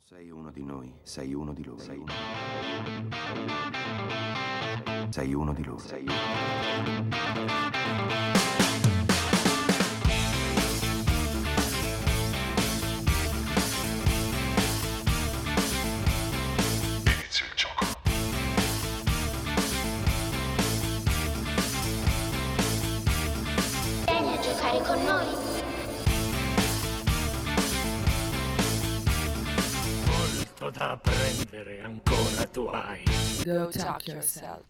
Sei uno di noi, sei uno di loro. Sei uno di loro. Sei Inizia il gioco. Vieni a giocare con noi. Molto da apprendere ancora tu hai. Go talk yourself.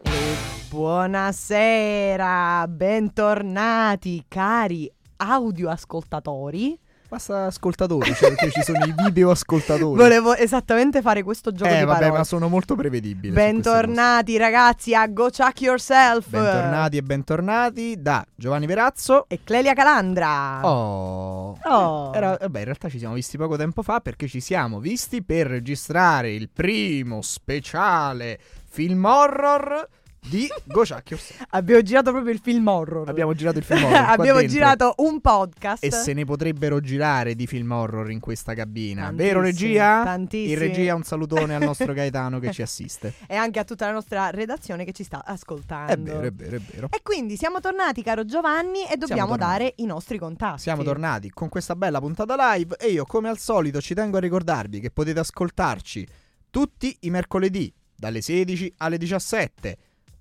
Buonasera, bentornati cari audioascoltatori. Basta ascoltatori, cioè perché ci sono i video ascoltatori. Volevo esattamente fare questo gioco di vabbè, parole. ma sono molto prevedibili. Bentornati ragazzi a Go Chuck Yourself. Bentornati e bentornati da Giovanni Verazzo e Clelia Calandra. Oh. Vabbè, in realtà ci siamo visti poco tempo fa perché ci siamo visti per registrare il primo speciale film horror di Go Chuck Yourself. Abbiamo girato proprio il film horror. Abbiamo girato il film horror qua Abbiamo dentro. girato un podcast. E se ne potrebbero girare di film horror in questa cabina. Tantissimi, Vero regia? tantissimi. In regia un salutone al nostro Gaetano che ci assiste. E anche a tutta la nostra redazione che ci sta ascoltando. È vero, è vero, è vero. E quindi siamo tornati, caro Giovanni, e dobbiamo tornati. dare i nostri contatti. Siamo tornati con questa bella puntata live e io come al solito ci tengo a ricordarvi che potete ascoltarci tutti i mercoledì dalle 16 alle 17.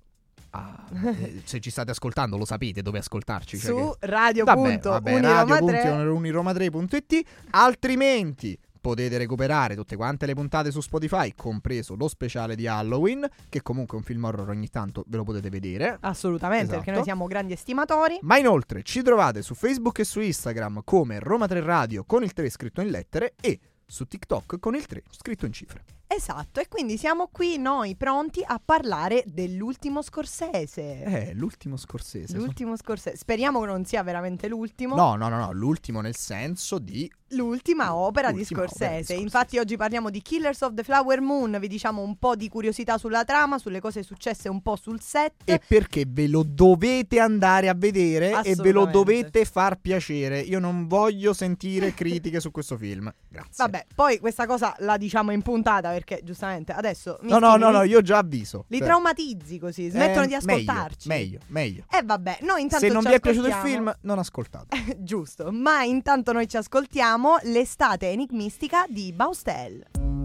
Se ci state ascoltando lo sapete dove ascoltarci, cioè su che... radio.uniroma3.it. Altrimenti potete recuperare tutte quante le puntate su Spotify, compreso lo speciale di Halloween, che comunque è un film horror, ogni tanto ve lo potete vedere. Assolutamente, Esatto. perché noi siamo grandi estimatori. Ma inoltre ci trovate su Facebook e su Instagram come Roma 3 Radio con il 3 scritto in lettere e su TikTok con il 3 scritto in cifre. Esatto, e quindi siamo qui noi pronti a parlare dell'ultimo Scorsese. L'ultimo Scorsese. L'ultimo Scorsese. Speriamo che non sia veramente l'ultimo. No, l'ultimo nel senso di L'ultima opera di L'ultima opera di Scorsese. Scorsese. Infatti oggi parliamo di Killers of the Flower Moon. Vi diciamo un po' di curiosità sulla trama, sulle cose successe un po' sul set. e perché ve lo dovete andare a vedere e ve lo Assolutamente. dovete far piacere. Io non voglio sentire critiche su questo film. Grazie. Vabbè, poi questa cosa la diciamo in puntata perché giustamente adesso No, io già avviso. li Cioè, traumatizzi così, smettono di ascoltarci. Meglio. E vabbè, noi intanto Se non ci vi è piaciuto il ascoltiamo. film, non ascoltate. Giusto, ma intanto noi ci ascoltiamo L'estate enigmistica di Baustel.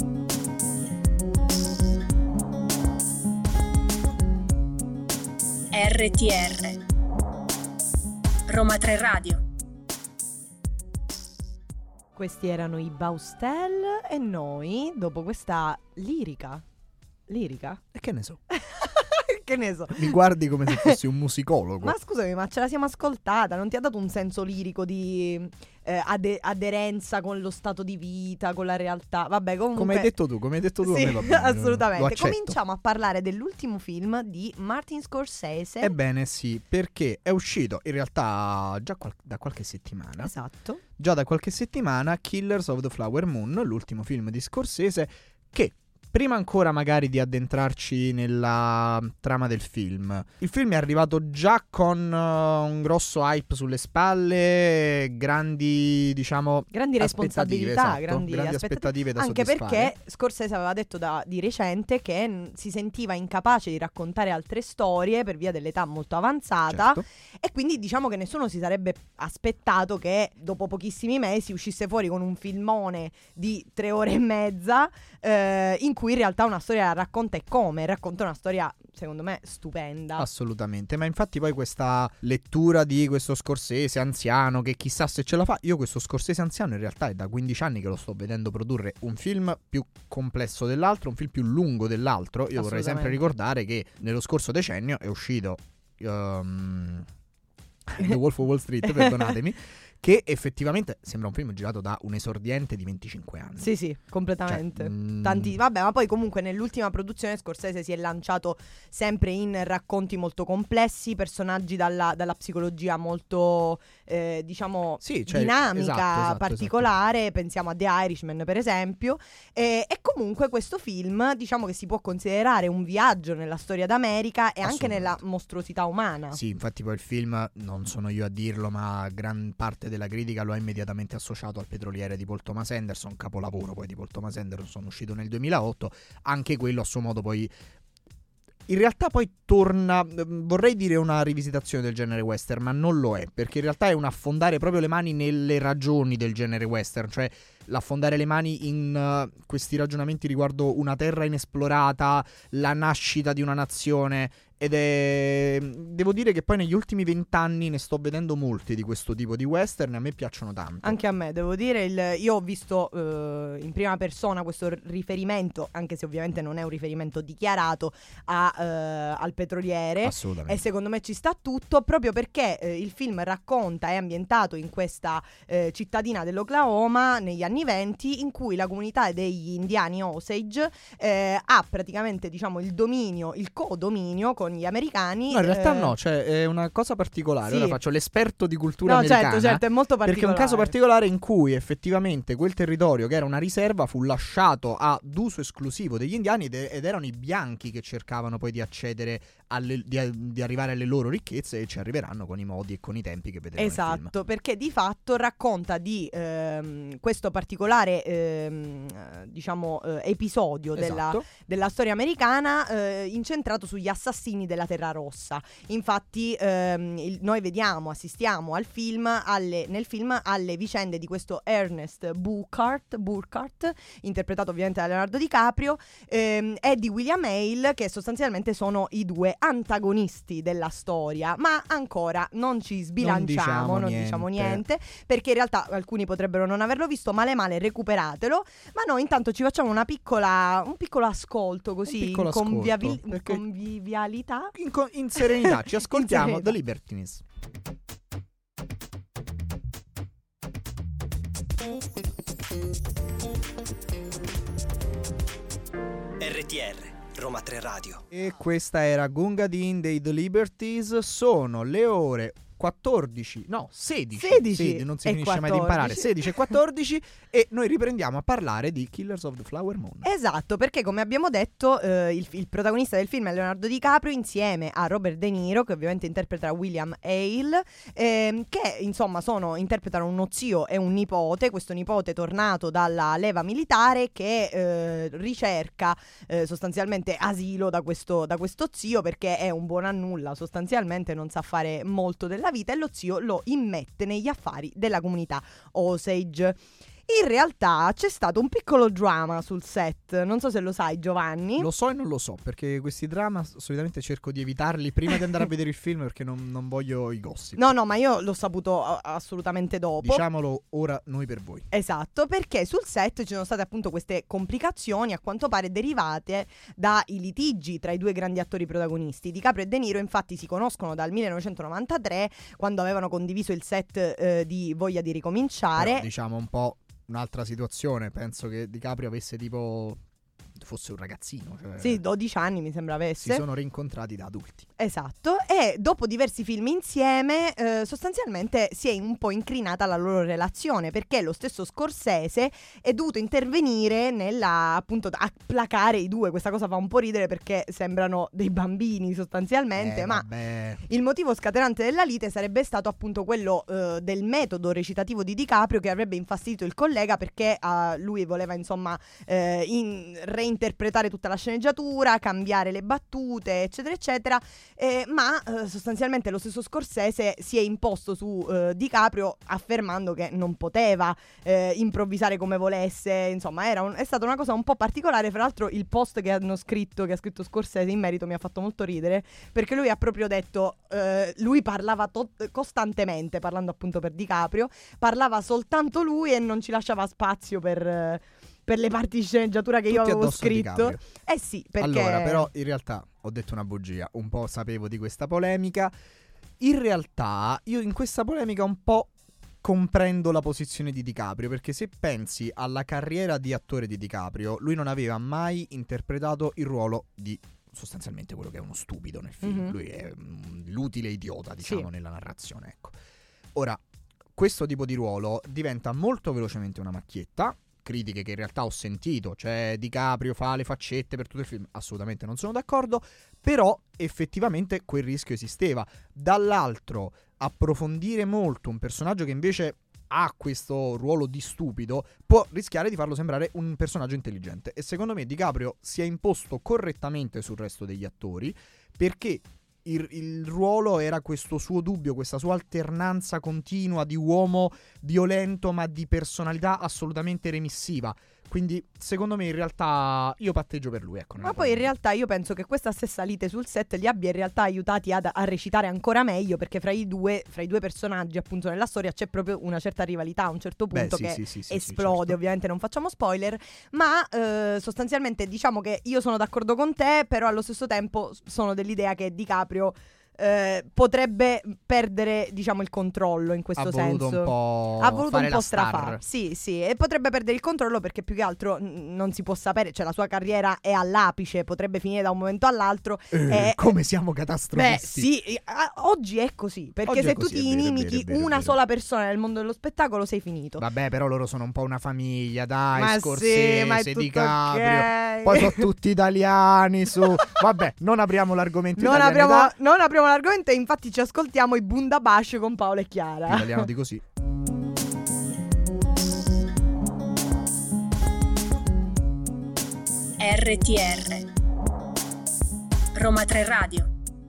RTR Roma 3 Radio. Questi erano i Baustel e noi, dopo questa lirica? E che ne so? Che ne so. Mi guardi come se fossi un musicologo. Ma scusami, ma ce la siamo ascoltata? Non ti ha dato un senso lirico di aderenza con lo stato di vita, con la realtà? Vabbè, comunque... Come hai detto tu, Sì, a me va bene. Lo assolutamente. accetto. Cominciamo a parlare dell'ultimo film di Martin Scorsese. Ebbene sì, perché è uscito in realtà già da qualche settimana. Esatto. Già da qualche settimana Killers of the Flower Moon, l'ultimo film di Scorsese, che prima ancora magari di addentrarci nella trama del film, il film è arrivato già con un grosso hype sulle spalle, grandi responsabilità, esatto, grandi aspettative da anche soddisfare. perché Scorsese aveva detto di recente che si sentiva incapace di raccontare altre storie per via dell'età molto avanzata. Certo. E quindi diciamo che nessuno si sarebbe aspettato che dopo pochissimi mesi uscisse fuori con un filmone di 3 ore e mezza in cui in realtà una storia la racconta racconta una storia secondo me stupenda. Assolutamente, ma infatti poi questa lettura di questo Scorsese anziano che chissà se ce la fa, io questo Scorsese anziano in realtà è da 15 anni che lo sto vedendo produrre un film più complesso dell'altro, un film più lungo dell'altro. Io vorrei sempre ricordare che nello scorso decennio è uscito The Wolf of Wall Street, perdonatemi, che effettivamente sembra un film girato da un esordiente di 25 anni. Sì, completamente. Cioè, Tanti, vabbè, ma poi comunque nell'ultima produzione Scorsese si è lanciato sempre in racconti molto complessi, personaggi dalla psicologia molto Sì, cioè, dinamica, esatto, particolare. Pensiamo a The Irishman per esempio. E comunque questo film diciamo che si può considerare un viaggio nella storia d'America e anche nella mostruosità umana. Sì, infatti poi il film, non sono io a dirlo, ma gran parte della critica lo ha immediatamente associato al Petroliere di Paul Thomas Anderson, capolavoro poi di Paul Thomas Anderson, uscito nel 2008. Anche quello a suo modo poi in realtà poi torna, vorrei dire una rivisitazione del genere western, ma non lo è, perché in realtà è un affondare proprio le mani nelle ragioni del genere western, cioè l'affondare le mani in questi ragionamenti riguardo una terra inesplorata, la nascita di una nazione. Ed è, devo dire che poi negli ultimi 20 anni ne sto vedendo molti di questo tipo di western e a me piacciono tanto. Anche a me, devo dire, io ho visto in prima persona questo riferimento, anche se ovviamente non è un riferimento dichiarato, al Petroliere. Assolutamente. E secondo me ci sta tutto, proprio perché il film racconta, è ambientato in questa cittadina dell'Oklahoma negli anni 20, in cui la comunità degli indiani Osage ha praticamente, diciamo, il dominio, il codominio con gli americani. No, in realtà no, cioè è una cosa particolare. Sì. Ora faccio l'esperto di cultura No, americana. certo, è molto particolare. Perché è un caso particolare in cui effettivamente quel territorio, che era una riserva, fu lasciato ad uso esclusivo degli indiani ed erano i bianchi che cercavano poi di accedere di arrivare alle loro ricchezze, e ci arriveranno con i modi e con i tempi che vedremo nel film. Esatto, perché di fatto racconta di questo particolare episodio Esatto. della storia americana incentrato sugli assassini della Terra Rossa. Infatti noi assistiamo al film, nel film alle vicende di questo Ernest Burkhardt, interpretato ovviamente da Leonardo DiCaprio, e di William Hale, che sostanzialmente sono i due antagonisti della storia. Ma ancora non ci sbilanciamo, non diciamo niente, perché in realtà alcuni potrebbero non averlo visto, male recuperatelo. Ma noi intanto ci facciamo un piccolo ascolto, così in convivialità, in serenità. Ci ascoltiamo In The serenità. Libertines. RTR Roma 3 Radio. E questa era Gunga Din dei The Liberties. Sono le ore 16, non si finisce mai di 14. imparare. 16 e 14 e noi riprendiamo a parlare di Killers of the Flower Moon. Esatto, perché come abbiamo detto il protagonista del film è Leonardo DiCaprio, insieme a Robert De Niro, che ovviamente interpreta William Hale, che insomma interpretano uno zio e un nipote. Questo nipote tornato dalla leva militare, che ricerca sostanzialmente asilo da questo zio, perché è un buon a nulla, sostanzialmente non sa fare molto della vita, e lo zio lo immette negli affari della comunità Osage. In realtà c'è stato un piccolo drama sul set, non so se lo sai, Giovanni. Lo so e non lo so, perché questi drama solitamente cerco di evitarli prima di andare a vedere il film, perché non voglio i gossip. No, ma io l'ho saputo assolutamente dopo. Diciamolo ora noi per voi. Esatto, perché sul set ci sono state appunto queste complicazioni, a quanto pare derivate dai litigi tra i due grandi attori protagonisti. DiCaprio e De Niro infatti si conoscono dal 1993, quando avevano condiviso il set di Voglia di ricominciare. Però, diciamo un po' un'altra situazione, penso che DiCaprio avesse fosse un ragazzino, cioè Sì, 12 anni mi sembra avesse. si sono rincontrati da adulti. Esatto, e dopo diversi film insieme sostanzialmente si è un po' incrinata la loro relazione, perché lo stesso Scorsese è dovuto intervenire appunto a placare i due. Questa cosa fa un po' ridere, perché sembrano dei bambini sostanzialmente, ma vabbè. il motivo scatenante della lite sarebbe stato appunto quello del metodo recitativo di DiCaprio, che avrebbe infastidito il collega, perché lui voleva insomma reinterpretare tutta la sceneggiatura, cambiare le battute, eccetera eccetera, ma sostanzialmente lo stesso Scorsese si è imposto su DiCaprio, affermando che non poteva improvvisare come volesse. Insomma è stata una cosa un po' particolare. Fra l'altro il post che ha scritto Scorsese in merito mi ha fatto molto ridere, perché lui ha proprio detto lui parlava costantemente, parlando appunto per DiCaprio, parlava soltanto lui e non ci lasciava spazio per le parti di sceneggiatura che io Tutti avevo addosso a scritto. DiCaprio. Sì, perché Allora, però in realtà ho detto una bugia, un po' sapevo di questa polemica. In realtà io in questa polemica un po' comprendo la posizione di DiCaprio, perché se pensi alla carriera di attore di DiCaprio, lui non aveva mai interpretato il ruolo di sostanzialmente quello che è uno stupido nel film. Mhm. Lui è l'utile idiota, diciamo, Sì. nella narrazione, ecco. Ora, questo tipo di ruolo diventa molto velocemente una macchietta, critiche che in realtà ho sentito, cioè DiCaprio fa le faccette per tutto il film, assolutamente non sono d'accordo, però effettivamente quel rischio esisteva. Dall'altro, approfondire molto un personaggio che invece ha questo ruolo di stupido può rischiare di farlo sembrare un personaggio intelligente, e secondo me DiCaprio si è imposto correttamente sul resto degli attori, perché il ruolo era questo suo dubbio, questa sua alternanza continua di uomo violento ma di personalità assolutamente remissiva. Quindi secondo me in realtà io patteggio per lui, ecco. Ma poi in realtà io penso che questa stessa lite sul set li abbia in realtà aiutati a recitare ancora meglio, perché fra i due personaggi appunto nella storia c'è proprio una certa rivalità a un certo punto sì, esplode, certo. Ovviamente non facciamo spoiler, ma sostanzialmente diciamo che io sono d'accordo con te, però allo stesso tempo sono dell'idea che DiCaprio potrebbe perdere, diciamo, il controllo in questo senso. Ha voluto un un po' po' strafare. Sì, e potrebbe perdere il controllo perché più che altro non si può sapere, cioè la sua carriera è all'apice, potrebbe finire da un momento all'altro. Come siamo catastrofisti. Beh, sì, oggi è così, perché Oggi se è tu così, ti è vero, inimichi è vero. una sola persona nel mondo dello spettacolo sei finito. Vabbè, però loro sono un po' una famiglia, dai, Ma Scorsese, sì, ma è tutto DiCaprio. ok. Poi sono tutti italiani, su. Vabbè, non apriamo l'argomento Non italianità. apriamo l'argomento e infatti ci ascoltiamo i Bundabash con Paolo e Chiara. Italiano di così. RTR Roma 3 Radio.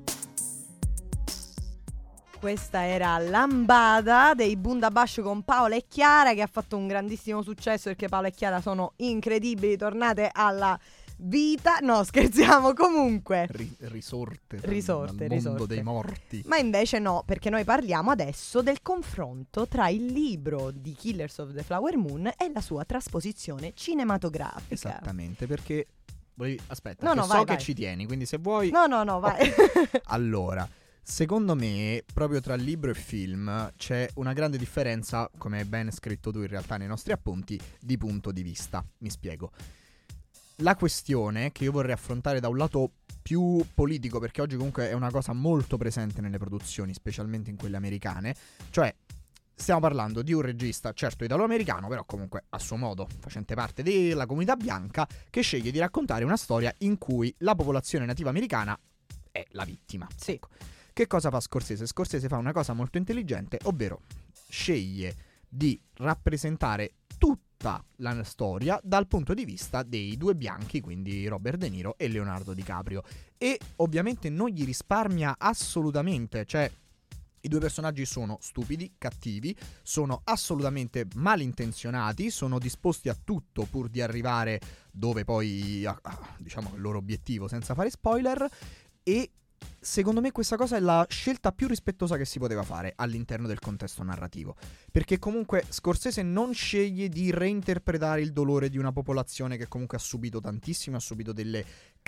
Questa era Lambada dei Bundabash con Paola e Chiara, che ha fatto un grandissimo successo perché Paola e Chiara sono incredibili, tornate alla vita. No, scherziamo, comunque. Risorte Risorte. dal mondo dei morti. Ma invece no, perché noi parliamo adesso del confronto tra il libro di Killers of the Flower Moon e la sua trasposizione cinematografica. Esattamente, perché aspetta, No, che no, so vai, che vai. ci tieni, quindi se vuoi. No, vai. Allora, secondo me, proprio tra libro e film c'è una grande differenza, come hai ben scritto tu in realtà nei nostri appunti, di punto di vista. Mi spiego. La questione che io vorrei affrontare da un lato più politico, perché oggi comunque è una cosa molto presente nelle produzioni, specialmente in quelle americane, cioè stiamo parlando di un regista, certo italo-americano, però comunque a suo modo, facente parte della comunità bianca, che sceglie di raccontare una storia in cui la popolazione nativa americana è la vittima. Sì. Ecco. Che cosa fa Scorsese? Scorsese fa una cosa molto intelligente, ovvero sceglie di rappresentare tutta la storia dal punto di vista dei due bianchi, quindi Robert De Niro e Leonardo DiCaprio, e ovviamente non gli risparmia assolutamente, cioè i due personaggi sono stupidi, cattivi, sono assolutamente malintenzionati, sono disposti a tutto pur di arrivare dove poi diciamo il loro obiettivo, senza fare spoiler, e secondo me questa cosa è la scelta più rispettosa che si poteva fare all'interno del contesto narrativo, perché comunque Scorsese non sceglie di reinterpretare il dolore di una popolazione che comunque ha subito tantissimo, ha subito delle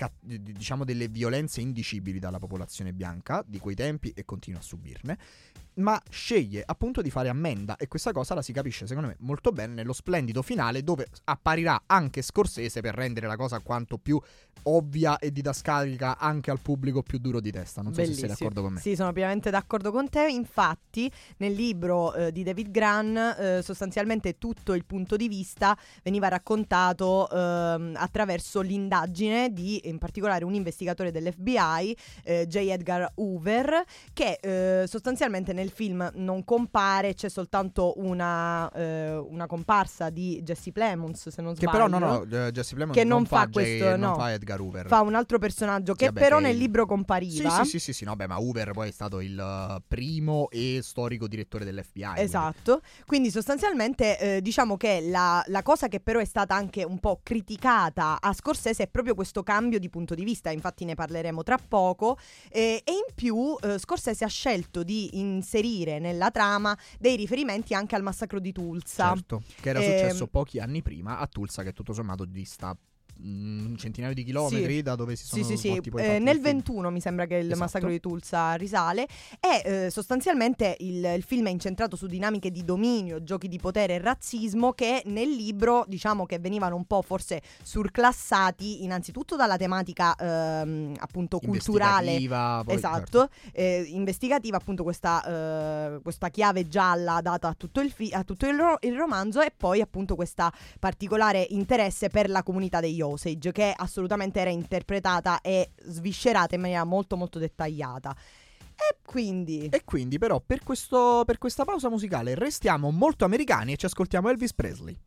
violenze indicibili dalla popolazione bianca di quei tempi e continua a subirne, ma sceglie appunto di fare ammenda, e questa cosa la si capisce secondo me molto bene nello splendido finale, dove apparirà anche Scorsese per rendere la cosa quanto più ovvia e didascalica anche al pubblico più duro di testa. Non so se sei d'accordo con me. Sì, sono pienamente d'accordo con te. Infatti nel libro di David Gran sostanzialmente tutto il punto di vista veniva raccontato attraverso l'indagine di, in particolare, un investigatore dell'FBI, J. Edgar Hoover, che sostanzialmente nel film non compare, c'è soltanto una comparsa di Jesse Plemons, se non che sbaglio. però no, Jesse Plemons che non fa questo, non no. fa Edgar Hoover. Fa un altro personaggio che vabbè, però che nel libro compariva. Sì, no, beh, ma Hoover poi è stato il primo e storico direttore dell'FBI. Esatto, quindi sostanzialmente diciamo che la cosa che però è stata anche un po' criticata a Scorsese è proprio questo cambio di punto di vista, infatti ne parleremo tra poco, e in più Scorsese ha scelto di inserire nella trama dei riferimenti anche al massacro di Tulsa. Certo, che era successo pochi anni prima a Tulsa, che tutto sommato dista centinaio di chilometri da dove si sono svolti poi fatti nel il film. 21 mi sembra che il Esatto. massacro di Tulsa risale. E sostanzialmente il film è incentrato su dinamiche di dominio, giochi di potere e razzismo che nel libro diciamo che venivano un po' forse surclassati innanzitutto dalla tematica appunto culturale, investigativa, poi, esatto, investigativa, appunto questa chiave gialla data a tutto il romanzo, e poi appunto questa particolare interesse per la comunità degli Osage, che assolutamente era interpretata e sviscerata in maniera molto molto dettagliata. E quindi però per questa pausa musicale restiamo molto americani e ci ascoltiamo Elvis Presley.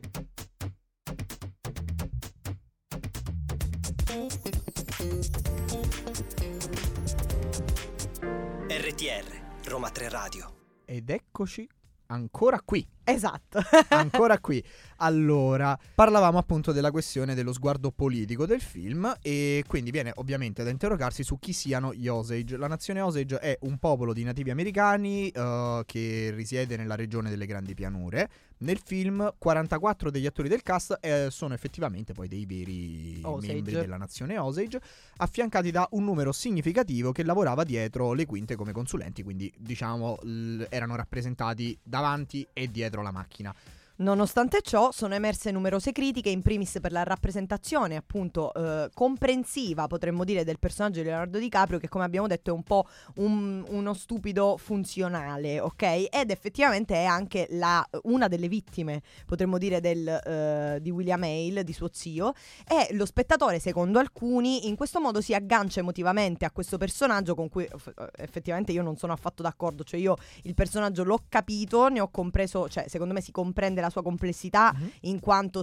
RTR, Roma 3 Radio. Ed eccoci ancora qui. esatto. Ancora qui. Allora, parlavamo appunto della questione dello sguardo politico del film, e quindi viene ovviamente da interrogarsi su chi siano gli Osage. La nazione Osage è un popolo di nativi americani che risiede nella regione delle Grandi Pianure. Nel film 44 degli attori del cast sono effettivamente poi dei veri Osage, membri della nazione Osage, affiancati da un numero significativo che lavorava dietro le quinte come consulenti, quindi diciamo erano rappresentati davanti e dietro la macchina. Nonostante ciò, sono emerse numerose critiche, in primis per la rappresentazione appunto comprensiva, potremmo dire, del personaggio di Leonardo DiCaprio, che come abbiamo detto è un po' uno stupido funzionale, ok? Ed effettivamente è anche una delle vittime, potremmo dire, di William Hale, di suo zio, e lo spettatore, secondo alcuni, in questo modo si aggancia emotivamente a questo personaggio con cui effettivamente io non sono affatto d'accordo. Cioè io il personaggio l'ho capito, ne ho compreso, cioè secondo me si comprende la sua complessità, in quanto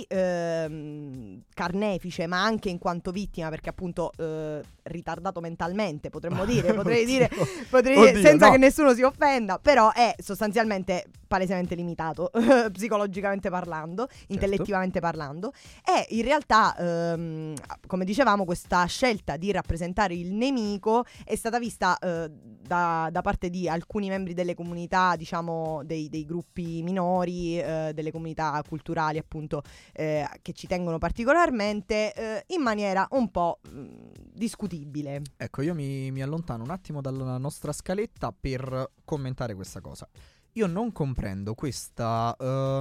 carnefice, ma anche in quanto vittima, perché appunto ritardato mentalmente, potrei dire senza che nessuno si offenda, però è sostanzialmente palesemente limitato psicologicamente parlando, intellettivamente parlando, e in realtà come dicevamo questa scelta di rappresentare il nemico è stata vista da parte di alcuni membri delle comunità, diciamo dei gruppi minori, delle comunità culturali appunto che ci tengono particolarmente, in maniera un po' discutibile. Ecco, io mi allontano un attimo dalla nostra scaletta per commentare questa cosa. Io non comprendo questo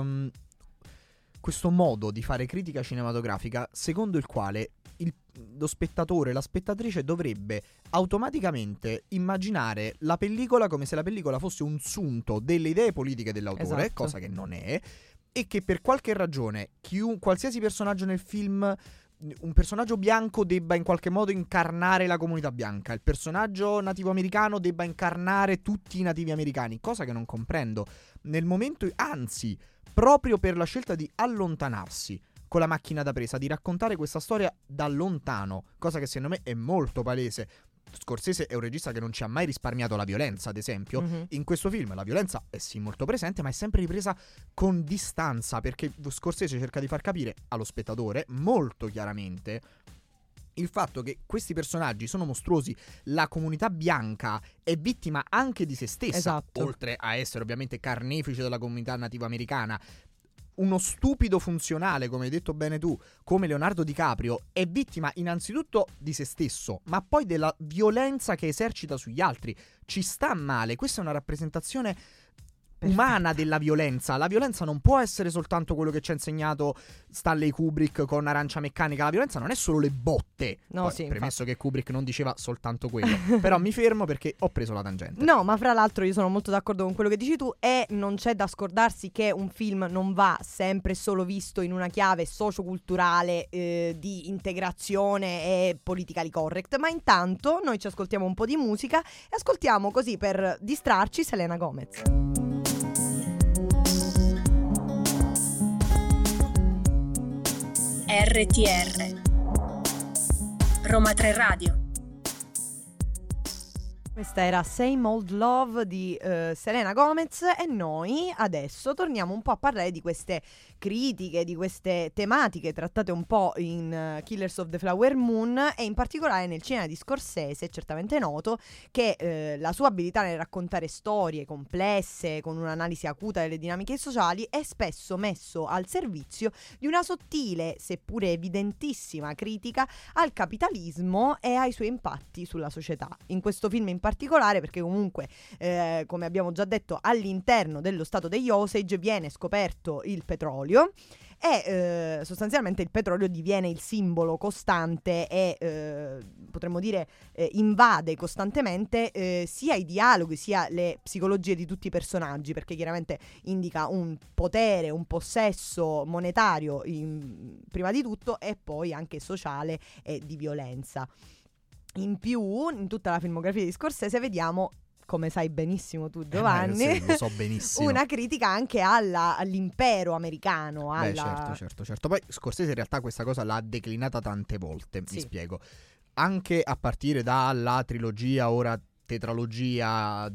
modo di fare critica cinematografica secondo il quale lo spettatore, la spettatrice dovrebbe automaticamente immaginare la pellicola come se la pellicola fosse un sunto delle idee politiche dell'autore, esatto, cosa che non è, e che per qualche ragione qualsiasi personaggio nel film, un personaggio bianco debba in qualche modo incarnare la comunità bianca, il personaggio nativo americano debba incarnare tutti i nativi americani, cosa che non comprendo. Nel momento, anzi, proprio per la scelta di allontanarsi con la macchina da presa, di raccontare questa storia da lontano, cosa che secondo me è molto palese. Scorsese è un regista che non ci ha mai risparmiato la violenza, ad esempio. In questo film la violenza è sì molto presente, ma è sempre ripresa con distanza, perché Scorsese cerca di far capire allo spettatore molto chiaramente il fatto che questi personaggi sono mostruosi, la comunità bianca è vittima anche di se stessa, esatto, oltre a essere ovviamente carnefice della comunità nativa americana. Uno stupido funzionale, come hai detto bene tu, come Leonardo DiCaprio, è vittima innanzitutto di se stesso, ma poi della violenza che esercita sugli altri. Ci sta male, questa è una rappresentazione umana della violenza. La violenza non può essere soltanto quello che ci ha insegnato Stanley Kubrick con Arancia Meccanica. La violenza non è solo le botte. No, poi, sì, premesso che Kubrick non diceva soltanto quello. Però mi fermo perché ho preso la tangente. No, ma fra l'altro io sono molto d'accordo con quello che dici tu, e non c'è da scordarsi che un film non va sempre solo visto in una chiave socioculturale di integrazione e politically correct. Ma intanto noi ci ascoltiamo un po' di musica e ascoltiamo, così per distrarci, Selena Gomez. RTR Roma 3 Radio. Questa era Same Old Love di Selena Gomez, e noi adesso torniamo un po' a parlare di queste critiche, di queste tematiche trattate un po' in Killers of the Flower Moon, e in particolare nel cinema di Scorsese è certamente noto che la sua abilità nel raccontare storie complesse con un'analisi acuta delle dinamiche sociali è spesso messo al servizio di una sottile, seppure evidentissima, critica al capitalismo e ai suoi impatti sulla società. In questo film in particolare, perché comunque come abbiamo già detto, all'interno dello stato degli Osage viene scoperto il petrolio e sostanzialmente il petrolio diviene il simbolo costante e potremmo dire invade costantemente sia i dialoghi sia le psicologie di tutti i personaggi, perché chiaramente indica un potere, un possesso monetario prima di tutto, e poi anche sociale e di violenza. In più, in tutta la filmografia di Scorsese vediamo, come sai benissimo tu Giovanni, sì, lo so benissimo, una critica anche all'impero americano. Beh, certo. Poi Scorsese in realtà questa cosa l'ha declinata tante volte, Sì. mi spiego. Anche a partire dalla trilogia, ora tetralogia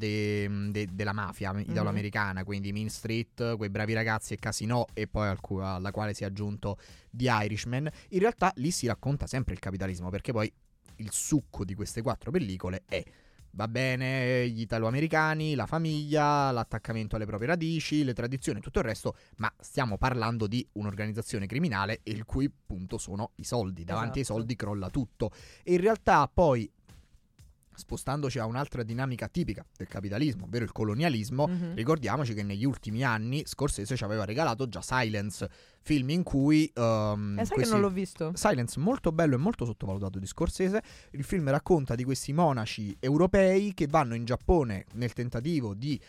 della mafia italo-americana, quindi Mean Street, Quei bravi ragazzi e Casino, e poi alla quale si è aggiunto The Irishman. In realtà lì si racconta sempre il capitalismo, perché poi il succo di queste 4 pellicole è: va bene gli italo-americani, la famiglia, l'attaccamento alle proprie radici, le tradizioni e tutto il resto, ma stiamo parlando di un'organizzazione criminale il cui punto sono i soldi. Davanti ai soldi crolla tutto. E in realtà poi, spostandoci a un'altra dinamica tipica del capitalismo, ovvero il colonialismo, ricordiamoci che negli ultimi anni Scorsese ci aveva regalato già Silence, film in cui sai che non l'ho visto? Silence, molto bello e molto sottovalutato di Scorsese. Il film racconta di questi monaci europei che vanno in Giappone nel tentativo di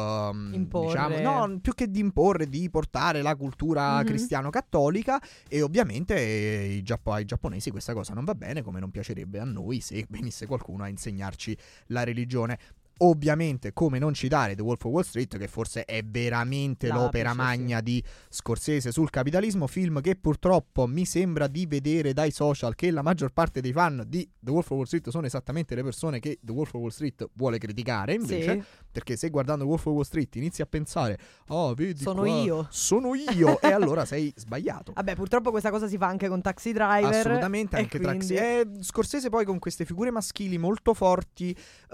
imporre, diciamo, no, più che di imporre, di portare la cultura cristiano-cattolica, e ovviamente ai giapponesi questa cosa non va bene, come non piacerebbe a noi se venisse qualcuno a insegnarci la religione. Ovviamente, come non citare The Wolf of Wall Street, che forse è veramente l'opera magna di Scorsese sul capitalismo, film che purtroppo mi sembra di vedere dai social che la maggior parte dei fan di The Wolf of Wall Street sono esattamente le persone che The Wolf of Wall Street vuole criticare, invece, perché se guardando The Wolf of Wall Street inizi a pensare vedi sono io e allora sei sbagliato. Vabbè, purtroppo questa cosa si fa anche con Taxi Driver. Assolutamente, anche quindi... Scorsese poi con queste figure maschili molto forti,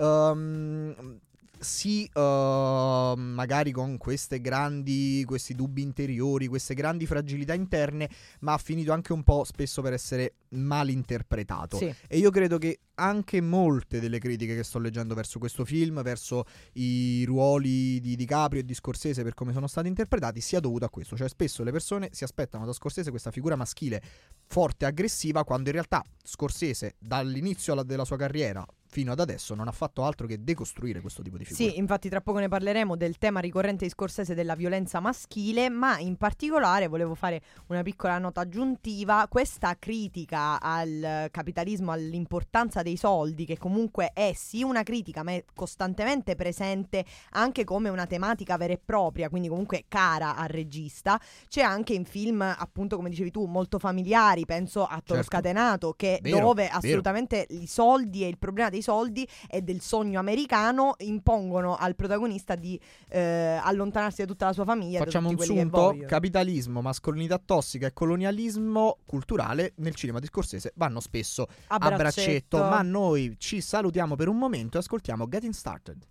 magari con questi dubbi interiori, queste grandi fragilità interne, ma ha finito anche un po' spesso per essere mal interpretato. E io credo che anche molte delle critiche che sto leggendo verso questo film, verso i ruoli di DiCaprio e di Scorsese per come sono stati interpretati, sia dovuto a questo. Cioè spesso le persone si aspettano da Scorsese questa figura maschile forte e aggressiva, quando in realtà Scorsese dall'inizio della sua carriera fino ad adesso non ha fatto altro che decostruire questo tipo di figure. Sì, infatti tra poco ne parleremo del tema ricorrente di Scorsese della violenza maschile, ma in particolare volevo fare una piccola nota aggiuntiva. Questa critica al capitalismo, all'importanza dei soldi, che comunque è sì una critica, ma è costantemente presente anche come una tematica vera e propria, quindi comunque cara al regista. C'è anche in film, appunto come dicevi tu, molto familiari, penso a Toro Scatenato, che dove assolutamente i soldi e il problema dei soldi e del sogno americano impongono al protagonista di allontanarsi da tutta la sua famiglia. Facciamo un sunto: capitalismo, mascolinità tossica e colonialismo culturale nel cinema di Scorsese vanno spesso a braccetto. Ma noi ci salutiamo per un momento e ascoltiamo Getting Started.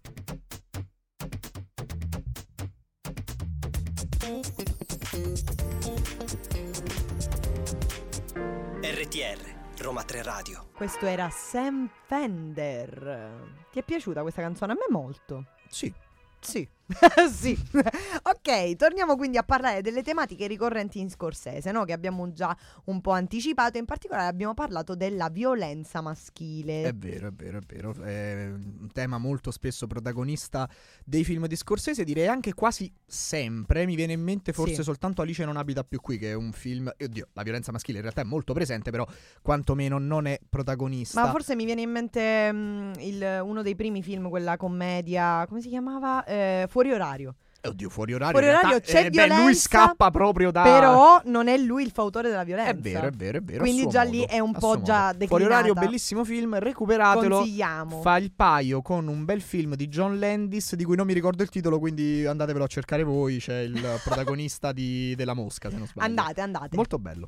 RTR Roma 3 Radio. Questo era Sam Fender. Ti è piaciuta questa canzone? A me molto. Sì. Sì. Sì. Ok, torniamo quindi a parlare delle tematiche ricorrenti in Scorsese, no? Che abbiamo già un po' anticipato. In particolare abbiamo parlato della violenza maschile. È vero. È un tema molto spesso protagonista dei film di Scorsese, direi anche quasi sempre. Mi viene in mente forse soltanto Alice non abita più qui, che è un film, oddio, la violenza maschile in realtà è molto presente, però quantomeno non è protagonista. Ma forse mi viene in mente uno dei primi film, quella commedia, come si chiamava? Fuori orario. Oddio, fuori orario. Fuori in realtà, orario c'è violenza, lui scappa proprio da. però non è lui il fautore della violenza. È vero, è vero, è vero. Quindi a suo già modo, lì è un a po' suo già modo. declinata. Fuori orario, bellissimo film, recuperatelo. Consigliamo. Fa il paio con un bel film di John Landis di cui non mi ricordo il titolo, quindi andatevelo a cercare voi. C'è il protagonista della Mosca, se non sbaglio. Andate. Molto bello.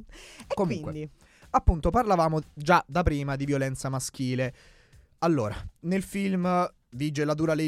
E Comunque, quindi? appunto, parlavamo già da prima di violenza maschile. Allora, nel film vige la dura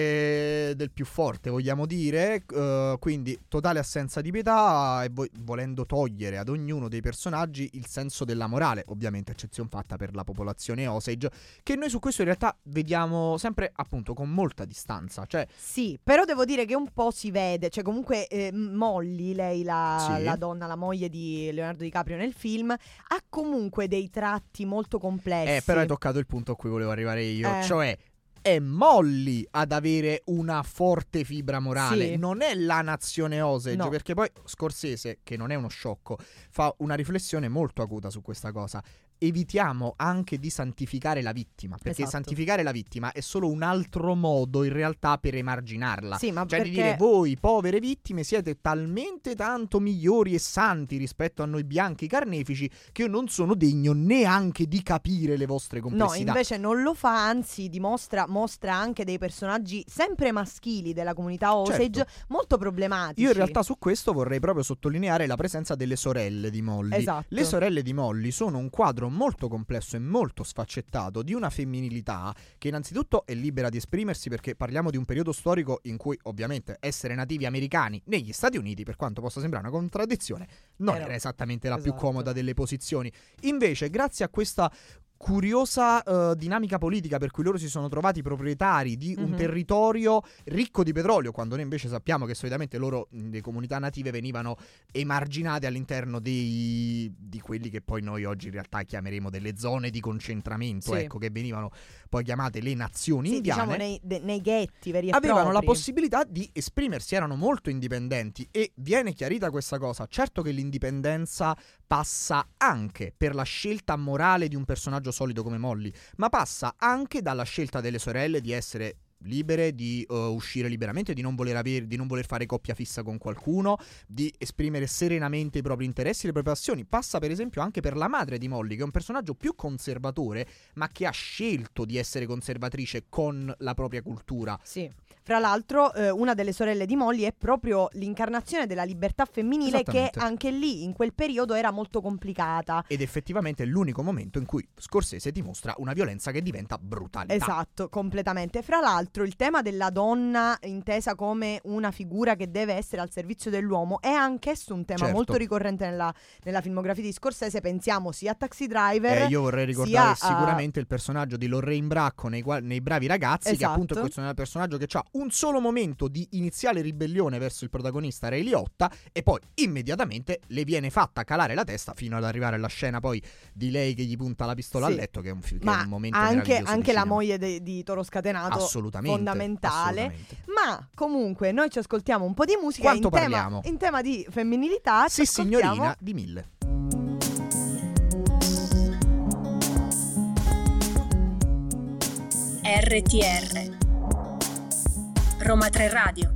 legge del più forte, vogliamo dire, quindi totale assenza di pietà e volendo togliere ad ognuno dei personaggi il senso della morale, ovviamente eccezione fatta per la popolazione Osage, che noi su questo in realtà vediamo sempre appunto con molta distanza, cioè Sì, però devo dire che un po' si vede, cioè comunque Molly, lei Sì. la donna, la moglie di Leonardo DiCaprio nel film, ha comunque dei tratti molto complessi. però hai toccato il punto a cui volevo arrivare io, Eh. cioè è Molly ad avere una forte fibra morale, Sì. non è la nazione Osage, No. perché poi Scorsese, che non è uno sciocco, fa una riflessione molto acuta su questa cosa. Evitiamo anche di santificare la vittima, perché Esatto. santificare la vittima è solo un altro modo in realtà per emarginarla. Sì, ma Cioè perché di dire voi povere vittime siete talmente tanto migliori e santi rispetto a noi bianchi carnefici che io non sono degno neanche di capire le vostre No, complessità. invece non lo fa, anzi mostra anche dei personaggi sempre maschili della comunità Osage Certo. molto problematici. Io in realtà su questo vorrei proprio sottolineare la presenza delle sorelle di Molly. Esatto. Le sorelle di Molly sono un quadro molto complesso e molto sfaccettato di una femminilità che innanzitutto è libera di esprimersi, perché parliamo di un periodo storico in cui ovviamente essere nativi americani negli Stati Uniti, per quanto possa sembrare una contraddizione, non era esattamente la più esatto. comoda delle posizioni. Invece, grazie a questa curiosa dinamica politica per cui loro si sono trovati proprietari di un Mhm. territorio ricco di petrolio, quando noi invece sappiamo che solitamente loro, le comunità native, venivano emarginate all'interno di quelli che poi noi oggi in realtà chiameremo delle zone di concentramento, Sì. ecco, che venivano poi chiamate le nazioni Sì, indiane. diciamo nei ghetti veri e Avevano la propri. possibilità di esprimersi, erano molto indipendenti, e viene chiarita questa cosa. Certo che l'indipendenza passa anche per la scelta morale di un personaggio solido come Molly, ma passa anche dalla scelta delle sorelle di essere libere, di uscire liberamente, di non voler fare coppia fissa con qualcuno, di esprimere serenamente i propri interessi e le proprie passioni. Passa per esempio anche per la madre di Molly, che è un personaggio più conservatore, ma che ha scelto di essere conservatrice con la propria cultura. Sì. Fra l'altro, una delle sorelle di Molly è proprio l'incarnazione della libertà femminile, che Esattamente. anche lì, in quel periodo, era molto complicata. Ed effettivamente è l'unico momento in cui Scorsese dimostra una violenza che diventa brutalità. Esatto, completamente. Fra l'altro, il tema della donna intesa come una figura che deve essere al servizio dell'uomo è anch'esso un tema Certo. molto ricorrente nella filmografia di Scorsese. Pensiamo sia a Taxi Driver. Io vorrei ricordare sia a- sicuramente il personaggio di Lorraine Bracco nei Bravi Ragazzi, che Esatto. appunto è questo personaggio che ha un solo momento di iniziale ribellione verso il protagonista Ray Liotta, e poi immediatamente le viene fatta calare la testa fino ad arrivare alla scena poi di lei che gli punta la pistola Sì. al letto, che è un Ma momento anche, meraviglioso di anche la cinema. moglie di Toro Scatenato, Assolutamente, fondamentale. assolutamente. Ma comunque noi ci ascoltiamo un po' di musica Quanto in tema, parliamo? in tema di femminilità. ci Sì, ascoltiamo- signorina di Mille. RTR Roma 3 Radio.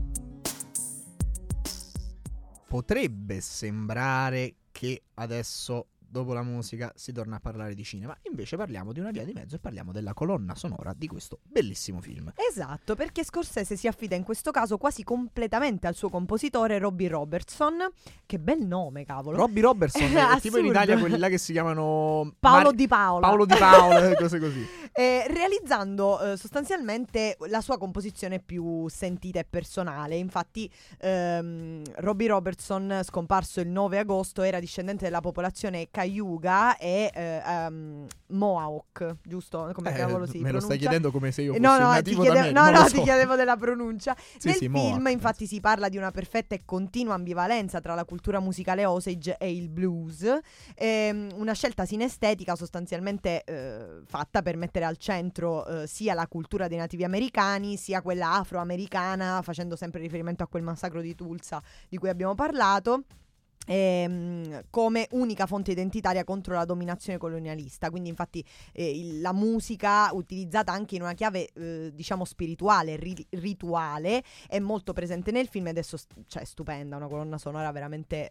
Potrebbe sembrare che adesso, dopo la musica, si torna a parlare di cinema. Invece parliamo di una via di mezzo e parliamo della colonna sonora di questo bellissimo film. Esatto, perché Scorsese si affida in questo caso quasi completamente al suo compositore Robbie Robertson. Che bel nome, cavolo. Robbie Robertson è tipo in Assurdo. Italia quelli là che si chiamano Paolo Di Paola. Paolo Di Paola e cose così. Realizzando sostanzialmente la sua composizione più sentita e personale. Infatti Robbie Robertson, scomparso il 9 agosto, era discendente della popolazione Cayuga e Mohawk, giusto? Come cavolo si me lo stai pronuncia? chiedendo come se io fossi No, un no, nativo ti da chiedevo, me, no, non lo ti so. chiedevo della pronuncia. Sì, Nel sì, film Mohawk, infatti penso. si parla di una perfetta e continua ambivalenza tra la cultura musicale Osage e il blues, una scelta sinestetica sostanzialmente fatta per mettere al centro sia la cultura dei nativi americani sia quella afroamericana, facendo sempre riferimento a quel massacro di Tulsa di cui abbiamo parlato. come unica fonte identitaria contro la dominazione colonialista. Quindi infatti la musica utilizzata anche in una chiave diciamo spirituale, rituale, è molto presente nel film, e adesso cioè, è stupenda, una colonna sonora veramente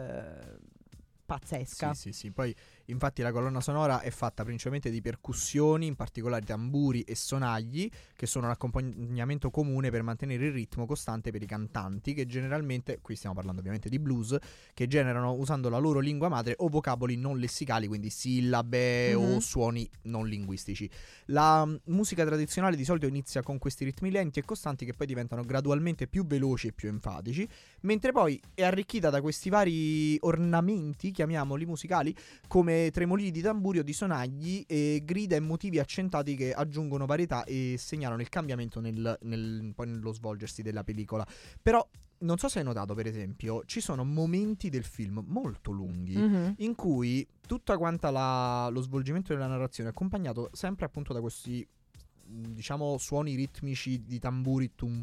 pazzesca. Sì. Poi infatti la colonna sonora è fatta principalmente di percussioni, in particolare tamburi e sonagli, che sono l'accompagnamento comune per mantenere il ritmo costante per i cantanti, che generalmente, qui stiamo parlando ovviamente di blues, che generano usando la loro lingua madre o vocaboli non lessicali, quindi sillabe o suoni non linguistici. La musica tradizionale di solito inizia con questi ritmi lenti e costanti che poi diventano gradualmente più veloci e più enfatici, mentre poi è arricchita da questi vari ornamenti, chiamiamoli musicali, come tremolii di tamburi o di sonagli, e grida e motivi accentati che aggiungono varietà e segnalano il cambiamento poi nello svolgersi della pellicola. Però non so se hai notato, per esempio, ci sono momenti del film molto lunghi in cui tutta quanta lo svolgimento della narrazione è accompagnato sempre appunto da questi, diciamo, suoni ritmici di tamburi tum,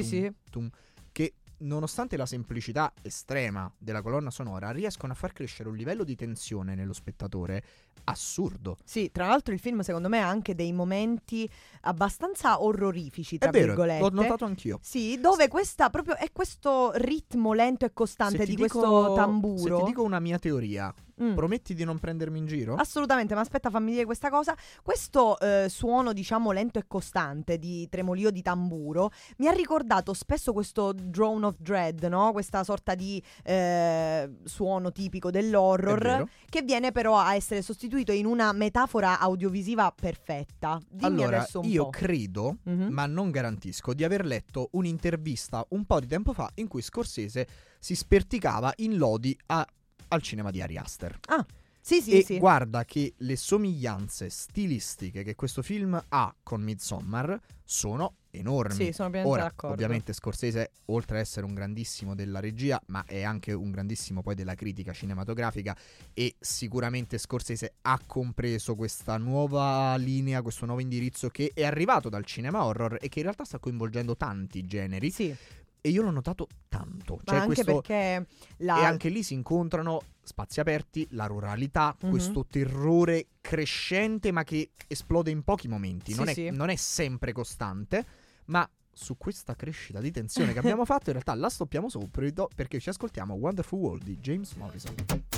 che nonostante la semplicità estrema della colonna sonora riescono a far crescere un livello di tensione nello spettatore assurdo. Sì, tra l'altro il film secondo me ha anche dei momenti abbastanza orrorifici, tra è vero, virgolette. l'ho notato anch'io. Sì, dove questa proprio è questo ritmo lento e costante di questo tamburo. Se ti dico una mia teoria, prometti di non prendermi in giro? Assolutamente, ma aspetta, fammi dire questa cosa. Questo suono, diciamo, lento e costante di tremolio di tamburo mi ha ricordato spesso questo drone of dread, no? Questa sorta di suono tipico dell'horror, che viene però a essere sostituito in una metafora audiovisiva perfetta. Dimmi allora, adesso un io po'. credo, ma non garantisco, di aver letto un'intervista un po' di tempo fa in cui Scorsese si sperticava in lodi al cinema di Ari Aster. Ah, sì. Guarda che le somiglianze stilistiche che questo film ha con Midsommar sono enormi. Sì, sono pienamente d'accordo. Ovviamente Scorsese, oltre a essere un grandissimo della regia, ma è anche un grandissimo poi della critica cinematografica, e sicuramente Scorsese ha compreso questa nuova linea, questo nuovo indirizzo che è arrivato dal cinema horror e che in realtà sta coinvolgendo tanti generi. Sì. E io l'ho notato tanto. Ma anche perché E anche lì si incontrano spazi aperti, la ruralità, questo terrore crescente ma che esplode in pochi momenti. Non è sempre costante, ma su questa crescita di tensione che abbiamo fatto in realtà la stoppiamo subito, perché ci ascoltiamo Wonderful World di James Morrison.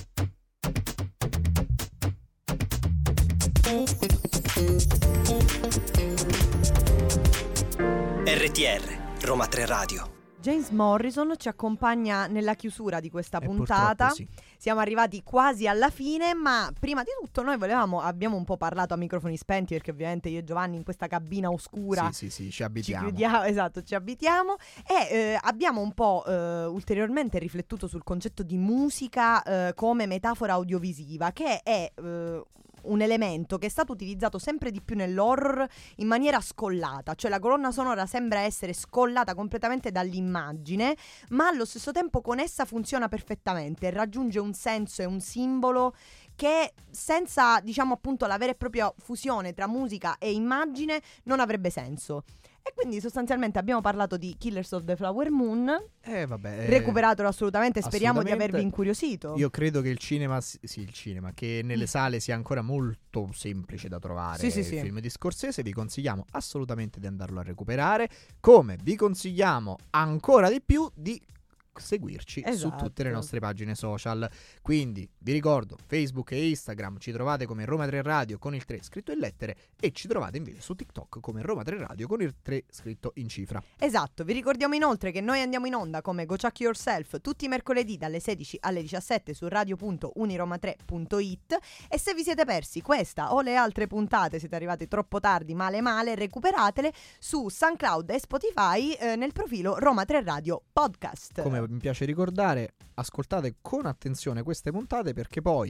RTR Roma 3 Radio. James Morrison ci accompagna nella chiusura di questa puntata. Sì. Siamo arrivati quasi alla fine, ma prima di tutto noi abbiamo un po' parlato a microfoni spenti, perché ovviamente io e Giovanni in questa cabina oscura Sì, ci abitiamo. Ci abitiamo, e abbiamo un po' ulteriormente riflettuto sul concetto di musica come metafora audiovisiva, che è un elemento che è stato utilizzato sempre di più nell'horror in maniera scollata, cioè la colonna sonora sembra essere scollata completamente dall'immagine, ma allo stesso tempo con essa funziona perfettamente, raggiunge un senso e un simbolo che senza, diciamo appunto, la vera e propria fusione tra musica e immagine non avrebbe senso. E quindi sostanzialmente abbiamo parlato di Killers of the Flower Moon. Recuperatelo assolutamente, speriamo di avervi incuriosito. Io credo che il cinema, che nelle sale sia ancora molto semplice da trovare. Il film di Scorsese, vi consigliamo assolutamente di andarlo a recuperare, come vi consigliamo ancora di più di seguirci su tutte le nostre pagine social. Quindi vi ricordo, Facebook e Instagram ci trovate come Roma 3 Radio con il 3 scritto in lettere, e ci trovate invece su TikTok come Roma 3 Radio con il 3 scritto in cifra. Esatto, vi ricordiamo inoltre che noi andiamo in onda come Go Chuck Yourself tutti i mercoledì dalle 16 alle 17 su radio.uniroma3.it, e se vi siete persi questa o le altre puntate, siete arrivati troppo tardi, male, recuperatele su SoundCloud e Spotify nel profilo Roma 3 Radio Podcast. Come mi piace ricordare, ascoltate con attenzione queste puntate, perché poi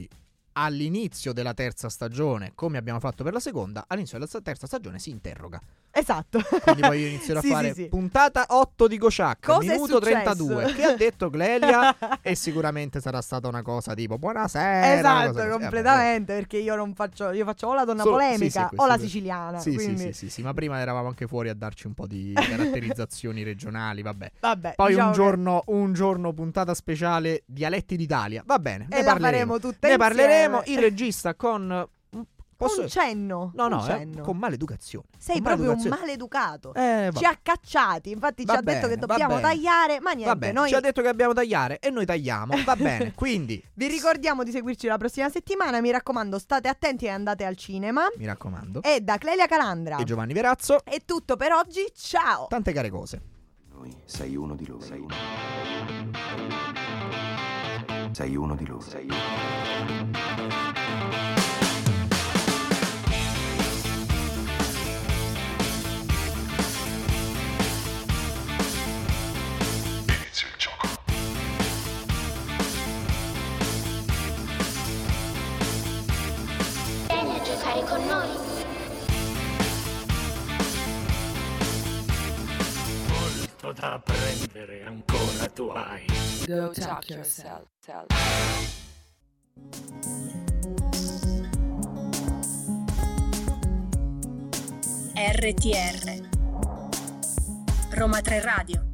all'inizio della terza stagione, come abbiamo fatto per la seconda, all'inizio della terza stagione si interroga. Esatto. Quindi poi io inizierò Sì, a fare sì, sì. puntata 8 di Kojak, Cosa è minuto successo? 32. Che ha detto Clelia? E sicuramente sarà stata una cosa tipo buonasera. una cosa Esatto, così. completamente, perché io faccio o la donna Solo- polemica sì, o la questo- siciliana. Sì, quindi... sì, ma prima eravamo anche fuori a darci un po' di caratterizzazioni regionali, vabbè. Vabbè, Poi diciamo un giorno puntata speciale dialetti d'Italia. Va bene, che... ne E la parleremo. faremo tutte Ne insieme. parleremo. Il regista con Un cenno. No, un cenno. con maleducazione. Sei Con proprio un maleducazione. maleducato. Vabbè. Ci ha cacciati, infatti Va ci ha detto bene, che va dobbiamo bene. tagliare, ma Va niente, bene, noi ci ha detto che abbiamo tagliare e noi tagliamo. Va bene, quindi vi ricordiamo di seguirci la prossima settimana, mi raccomando, state attenti e andate al cinema. mi raccomando. E da Clelia Calandra E Giovanni Verazzo, è tutto per oggi, ciao. tante care cose. Noi, sei uno di loro. Sei uno di loro. Sei uno. Inizia il gioco. Vieni a giocare con noi. Molto da apprendere ancora tu hai. Go talk yourself. RTR Roma 3 Radio.